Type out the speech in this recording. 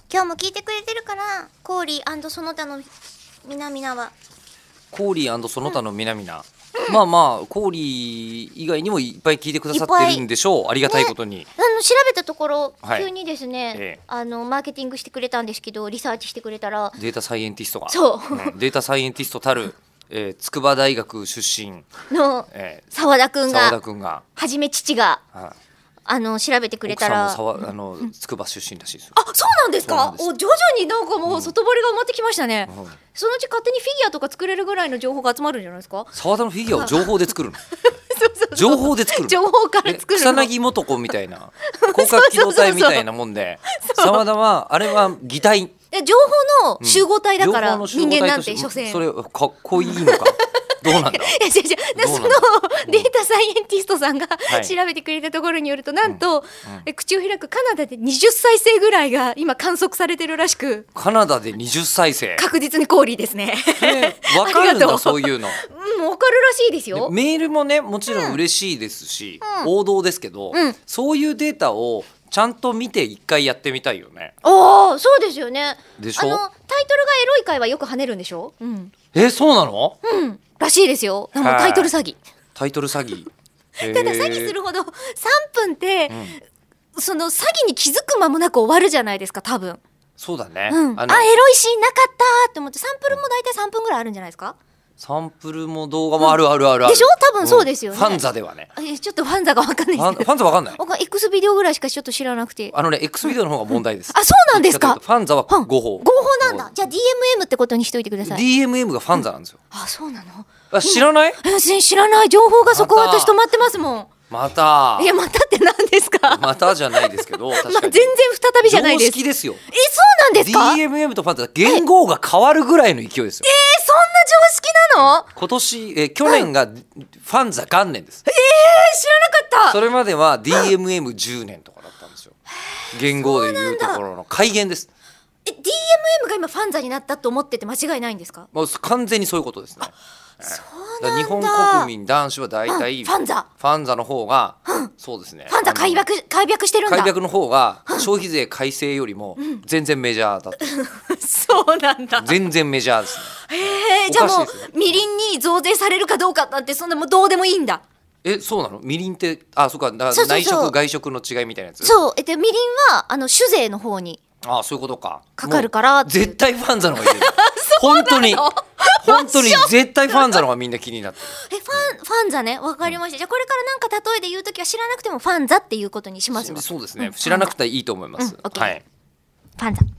今日も聞いてくれてるから、コーリー&その他の皆々は。 コーリー&その他の皆々、まあまあコーリー以外にもいっぱい聞いてくださってるんでしょう。ありがたいことに、 調べたところ、 はい急にですね、マーケティングしてくれたんですけど、リサーチしてくれたらデータサイエンティストがそう、 データサイエンティストたる、筑波大学出身の澤田くん澤田が君が、 はじめ父がはい調べてくれ奥さんたら、 も筑波出身らしいですよ。 あ、そうなんですか。 そうなんですお、徐々になんかもう外堀が埋まってきましたね、そのうち勝手にフィギュアとか作れるぐらいの情報が集まるんじゃないですか。 澤田のフィギュアを情報で作るの情報で作るの情報から作るの。 草薙素子みたいな広角機動隊みたいなもんで、澤田はあれは擬態、 情報の集合体だから、 情報の集合体人間なんとして所詮。 それかっこいいのかどうなんだいや違う違う、そのデータサイエンティストさんがはい調べてくれたところによると、なんと、口を開くカナダで20再生ぐらいが今観測されてるらしく、 カナダで20再生確実にコーリーですね。 わかるんだありがとうそういうのわかるらしいですよ。 メールもねもちろん嬉しいですし、王道ですけど、そういうデータをちゃんと見て一回やってみたいよね。 ああ、そうですよね。 でしょ。 タイトルがエロい回はよく跳ねるんでしょ。 そうなの？ らしいですよ。でもタイトル詐欺。 タイトル詐欺ただ詐欺するほど3分って、その詐欺に気づく間もなく終わるじゃないですか、多分。 そうだね、 エロいシーンなかったって思って、サンプルも大体3分ぐらいあるんじゃないですか。 サンプルも動画もあるでしょ。多分そうですよね。 ファンザではね。 ちょっとファンザが分かんないですけど。 ファンザわかんない。 X ビデオぐらいしかちょっと知らなくて。 X ビデオの方が問題です。 あ、そうなんですか。 ファンザは合法。 合法なんだ。じゃあ DMM ってことにしといてください。 DMM がファンザなんですよ。 あ、そうなの。 知らない？ 知らない。情報がそこは私止まってますもん。 また。 いや、またって何ですか。 またじゃないですけど、確かに全然再びじゃないです。 常識ですよ。 そうなんですか。 DMM とファンザ言語が変わるぐらいの勢いですよ。 そんな常識なの。 今年、去年がファンザ元年です。 知らなかった。 それまでは DMM10 年とかだったんですよ。言語でいうところの改元です。 DMM が今ファンザになったと思ってて間違いないんですか。 もう完全にそういうことですね。 そうなんだ。 日本国民男子は大体ファンザの方が、そうですね。 ファンザ開闢してるんだ。 開闢の方が消費税改正よりも全然メジャーだった。 そうなんだ。 全然メジャーですね。 じゃあもうみりんに増税されるかどうかなんてそんなもうどうでもいいんだ。 そうなの？みりんってそうか、内食外食の違いみたいなやつ。 そう、みりんは酒税の方にそういうことか。 かかるから絶対ファンザの方がいい。本当に絶対ファンザの方がみんな気になってる。 ファンザね、わかりました。じゃあこれからなんか例えで言うときは知らなくてもファンザっていうことにしますわ。 そうですね。知らなくていいと思います。 はい。ファンザ。